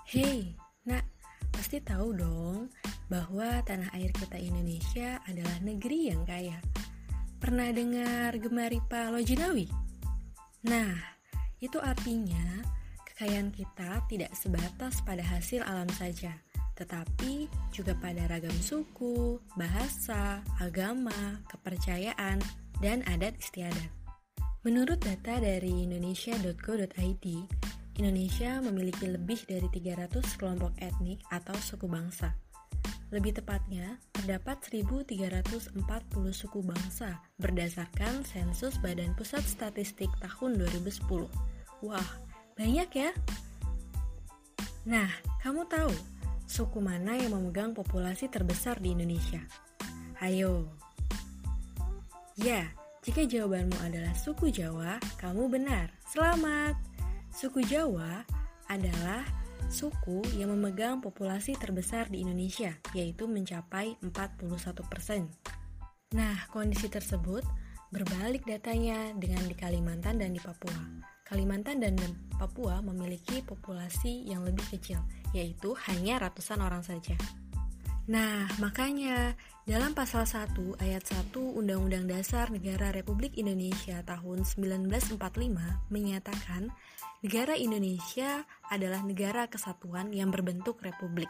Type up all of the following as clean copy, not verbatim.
Hei, nak, pasti tahu dong bahwa tanah air kita Indonesia adalah negeri yang kaya. Pernah dengar Gemaripa Lojinawi? Nah, itu artinya kekayaan kita tidak sebatas pada hasil alam saja, tetapi juga pada ragam suku, bahasa, agama, kepercayaan, dan adat istiadat. Menurut data dari indonesia.go.id, Indonesia memiliki lebih dari 300 kelompok etnik atau suku bangsa. Lebih tepatnya, terdapat 1.340 suku bangsa berdasarkan sensus Badan Pusat Statistik tahun 2010. Wah, banyak ya? Nah, kamu tahu suku mana yang memegang populasi terbesar di Indonesia? Ayo. Ya, jika jawabanmu adalah suku Jawa, kamu benar. Selamat! Suku Jawa adalah suku yang memegang populasi terbesar di Indonesia, yaitu mencapai 41%. Nah, kondisi tersebut berbalik datanya dengan di Kalimantan dan di Papua. Kalimantan dan Papua memiliki populasi yang lebih kecil, yaitu hanya ratusan orang saja. Nah, makanya dalam pasal 1 ayat 1 Undang-Undang Dasar Negara Republik Indonesia tahun 1945 menyatakan negara Indonesia adalah negara kesatuan yang berbentuk republik.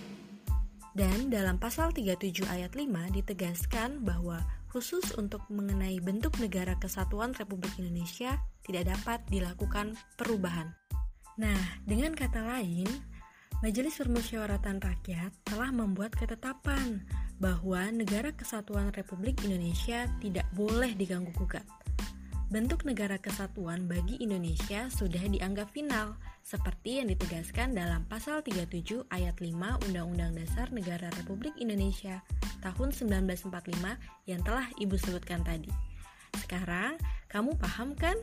Dan dalam pasal 37 ayat 5 ditegaskan bahwa khusus untuk mengenai bentuk negara kesatuan Republik Indonesia tidak dapat dilakukan perubahan. Nah, dengan kata lain, Majelis Permusyawaratan Rakyat telah membuat ketetapan bahwa Negara Kesatuan Republik Indonesia tidak boleh diganggu-gugat. Bentuk negara kesatuan bagi Indonesia sudah dianggap final, seperti yang ditegaskan dalam pasal 37 ayat 5 Undang-Undang Dasar Negara Republik Indonesia tahun 1945 yang telah Ibu sebutkan tadi. Sekarang, kamu paham kan?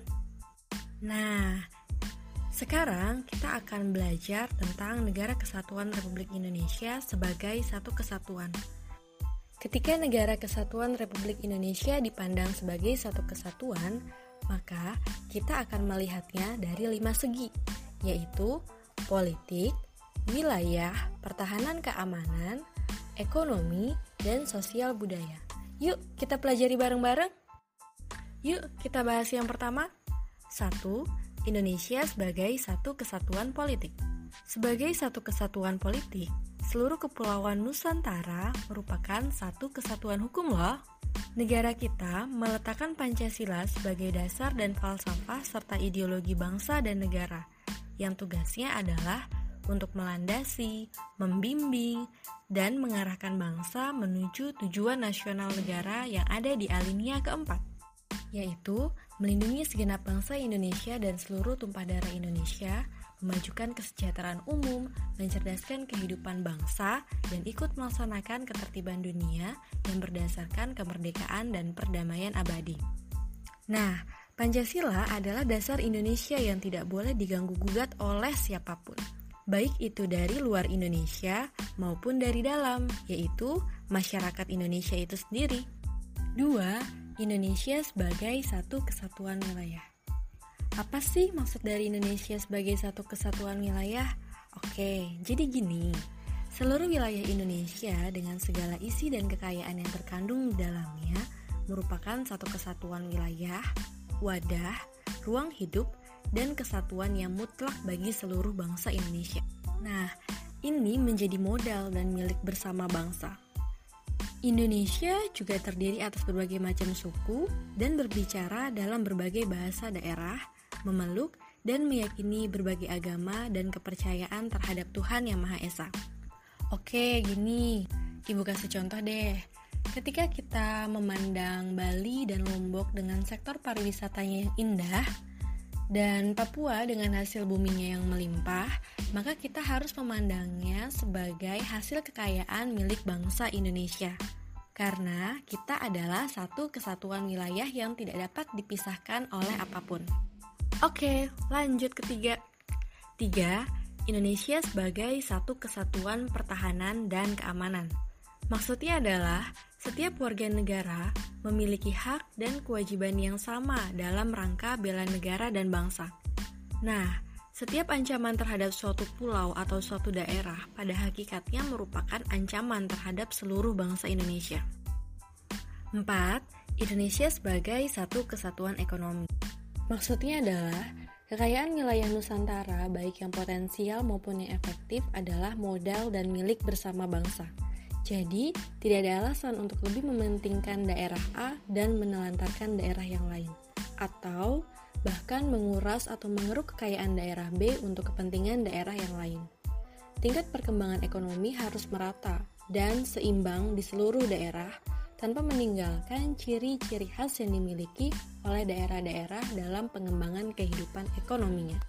Nah, sekarang kita akan belajar tentang Negara Kesatuan Republik Indonesia sebagai satu kesatuan. Ketika Negara Kesatuan Republik Indonesia dipandang sebagai satu kesatuan, maka kita akan melihatnya dari 5 segi, yaitu politik, wilayah, pertahanan keamanan, ekonomi, dan sosial budaya. Yuk, kita pelajari bareng-bareng. Yuk, kita bahas yang pertama. 1. Indonesia sebagai satu kesatuan politik. Sebagai satu kesatuan politik, seluruh kepulauan Nusantara merupakan satu kesatuan hukum loh. Negara kita meletakkan Pancasila sebagai dasar dan falsafah serta ideologi bangsa dan negara, yang tugasnya adalah untuk melandasi, membimbing, dan mengarahkan bangsa menuju tujuan nasional negara yang ada di alinea keempat, yaitu melindungi segenap bangsa Indonesia dan seluruh tumpah darah Indonesia, memajukan kesejahteraan umum, mencerdaskan kehidupan bangsa, dan ikut melaksanakan ketertiban dunia yang berdasarkan kemerdekaan dan perdamaian abadi. Nah, Pancasila adalah dasar Indonesia yang tidak boleh diganggu-gugat oleh siapapun, baik itu dari luar Indonesia maupun dari dalam, yaitu masyarakat Indonesia itu sendiri. 2. Indonesia sebagai satu kesatuan wilayah. Apa sih maksud dari Indonesia sebagai satu kesatuan wilayah? Oke, jadi gini. Seluruh wilayah Indonesia dengan segala isi dan kekayaan yang terkandung di dalamnya merupakan satu kesatuan wilayah, wadah, ruang hidup, dan kesatuan yang mutlak bagi seluruh bangsa Indonesia. Nah, ini menjadi modal dan milik bersama bangsa. Indonesia juga terdiri atas berbagai macam suku dan berbicara dalam berbagai bahasa daerah, memeluk dan meyakini berbagai agama dan kepercayaan terhadap Tuhan Yang Maha Esa. Oke, gini, Ibu kasih contoh deh. Ketika kita memandang Bali dan Lombok dengan sektor pariwisatanya yang indah, dan Papua dengan hasil buminya yang melimpah, maka kita harus memandangnya sebagai hasil kekayaan milik bangsa Indonesia. Karena kita adalah satu kesatuan wilayah yang tidak dapat dipisahkan oleh apapun. Oke, lanjut ketiga. 3. Indonesia sebagai satu kesatuan pertahanan dan keamanan. Maksudnya adalah setiap warga negara memiliki hak dan kewajiban yang sama dalam rangka bela negara dan bangsa. Nah, Setiap ancaman terhadap suatu pulau atau suatu daerah pada hakikatnya merupakan ancaman terhadap seluruh bangsa Indonesia. 4. Indonesia sebagai satu kesatuan ekonomi. Maksudnya adalah, kekayaan wilayah Nusantara baik yang potensial maupun yang efektif adalah modal dan milik bersama bangsa. Jadi, tidak ada alasan untuk lebih mementingkan daerah A dan menelantarkan daerah yang lain. Atau bahkan menguras atau mengeruk kekayaan daerah B untuk kepentingan daerah yang lain. Tingkat perkembangan ekonomi harus merata dan seimbang di seluruh daerah tanpa meninggalkan ciri-ciri khas yang dimiliki oleh daerah-daerah dalam pengembangan kehidupan ekonominya.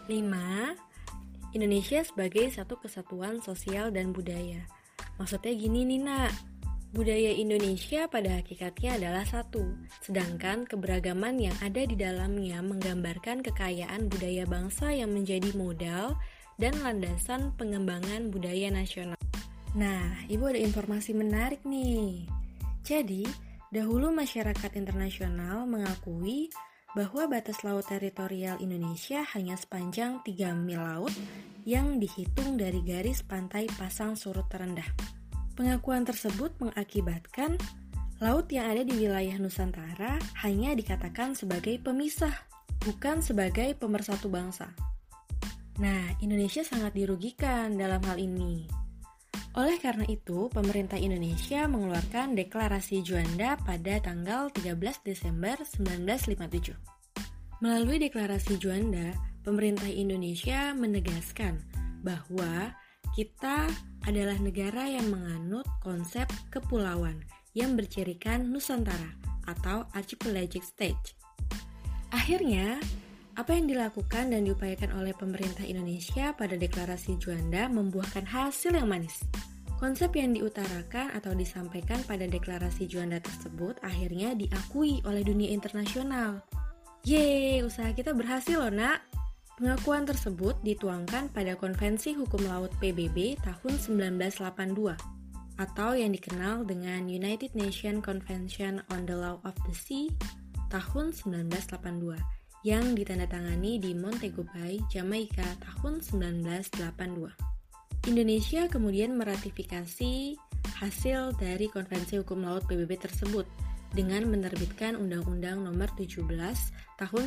5. Indonesia sebagai satu kesatuan sosial dan budaya. Maksudnya gini nih nak, budaya Indonesia pada hakikatnya adalah satu, sedangkan keberagaman yang ada di dalamnya menggambarkan kekayaan budaya bangsa yang menjadi modal dan landasan pengembangan budaya nasional. Nah, Ibu ada informasi menarik nih. Jadi, dahulu masyarakat internasional mengakui bahwa batas laut teritorial Indonesia hanya sepanjang 3 mil laut yang dihitung dari garis pantai pasang surut terendah. Pengakuan tersebut mengakibatkan laut yang ada di wilayah Nusantara hanya dikatakan sebagai pemisah, bukan sebagai pemersatu bangsa. Nah, Indonesia sangat dirugikan dalam hal ini. Oleh karena itu, pemerintah Indonesia mengeluarkan Deklarasi Juanda pada tanggal 13 Desember 1957. Melalui Deklarasi Juanda, pemerintah Indonesia menegaskan bahwa kita adalah negara yang menganut konsep kepulauan yang bercirikan Nusantara atau archipelagic state. Akhirnya, apa yang dilakukan dan diupayakan oleh pemerintah Indonesia pada Deklarasi Juanda membuahkan hasil yang manis. Konsep yang diutarakan atau disampaikan pada Deklarasi Juanda tersebut akhirnya diakui oleh dunia internasional. Yeay, usaha kita berhasil loh nak! Pengakuan tersebut dituangkan pada Konvensi Hukum Laut PBB tahun 1982 atau yang dikenal dengan United Nations Convention on the Law of the Sea tahun 1982 yang ditandatangani di Montego Bay, Jamaika tahun 1982. Indonesia kemudian meratifikasi hasil dari Konvensi Hukum Laut PBB tersebut dengan menerbitkan Undang-Undang Nomor 17 tahun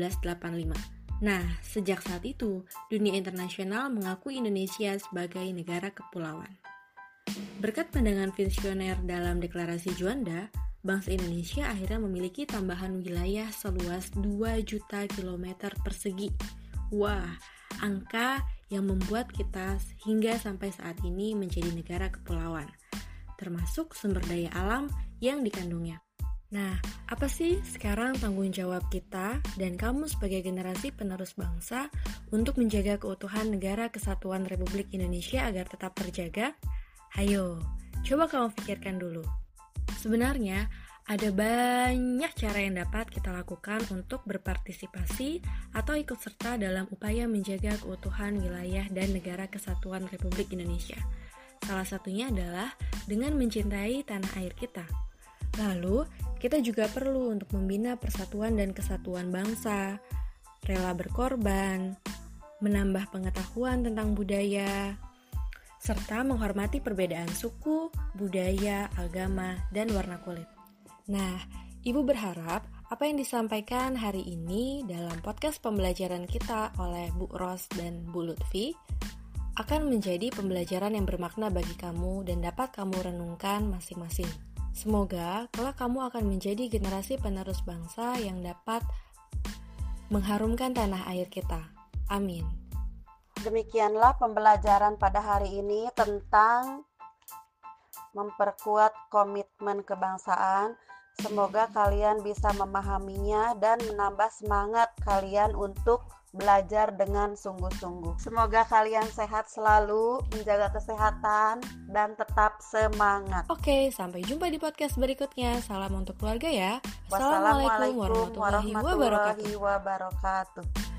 1985. Nah, sejak saat itu, dunia internasional mengakui Indonesia sebagai negara kepulauan. Berkat pandangan visioner dalam Deklarasi Juanda, bangsa Indonesia akhirnya memiliki tambahan wilayah seluas 2 juta kilometer persegi. Wah, angka yang membuat kita hingga sampai saat ini menjadi negara kepulauan, termasuk sumber daya alam yang dikandungnya. Nah, apa sih sekarang tanggung jawab kita dan kamu sebagai generasi penerus bangsa untuk menjaga keutuhan negara kesatuan Republik Indonesia agar tetap terjaga? Hayo, coba kamu pikirkan dulu. Sebenarnya, ada banyak cara yang dapat kita lakukan untuk berpartisipasi atau ikut serta dalam upaya menjaga keutuhan wilayah dan negara kesatuan Republik Indonesia. Salah satunya adalah dengan mencintai tanah air kita. Lalu, kita juga perlu untuk membina persatuan dan kesatuan bangsa, rela berkorban, menambah pengetahuan tentang budaya, serta menghormati perbedaan suku, budaya, agama, dan warna kulit. Nah, Ibu berharap apa yang disampaikan hari ini dalam podcast pembelajaran kita oleh Bu Ros dan Bu Lutfi akan menjadi pembelajaran yang bermakna bagi kamu dan dapat kamu renungkan masing-masing. Semoga kelak kamu akan menjadi generasi penerus bangsa yang dapat mengharumkan tanah air kita. Amin. Demikianlah pembelajaran pada hari ini tentang memperkuat komitmen kebangsaan. Semoga kalian bisa memahaminya dan menambah semangat kalian untuk belajar dengan sungguh-sungguh. Semoga kalian sehat selalu, menjaga kesehatan, dan tetap semangat. Oke, sampai jumpa di podcast berikutnya. Salam untuk keluarga ya. Wassalamualaikum warahmatullahi wabarakatuh.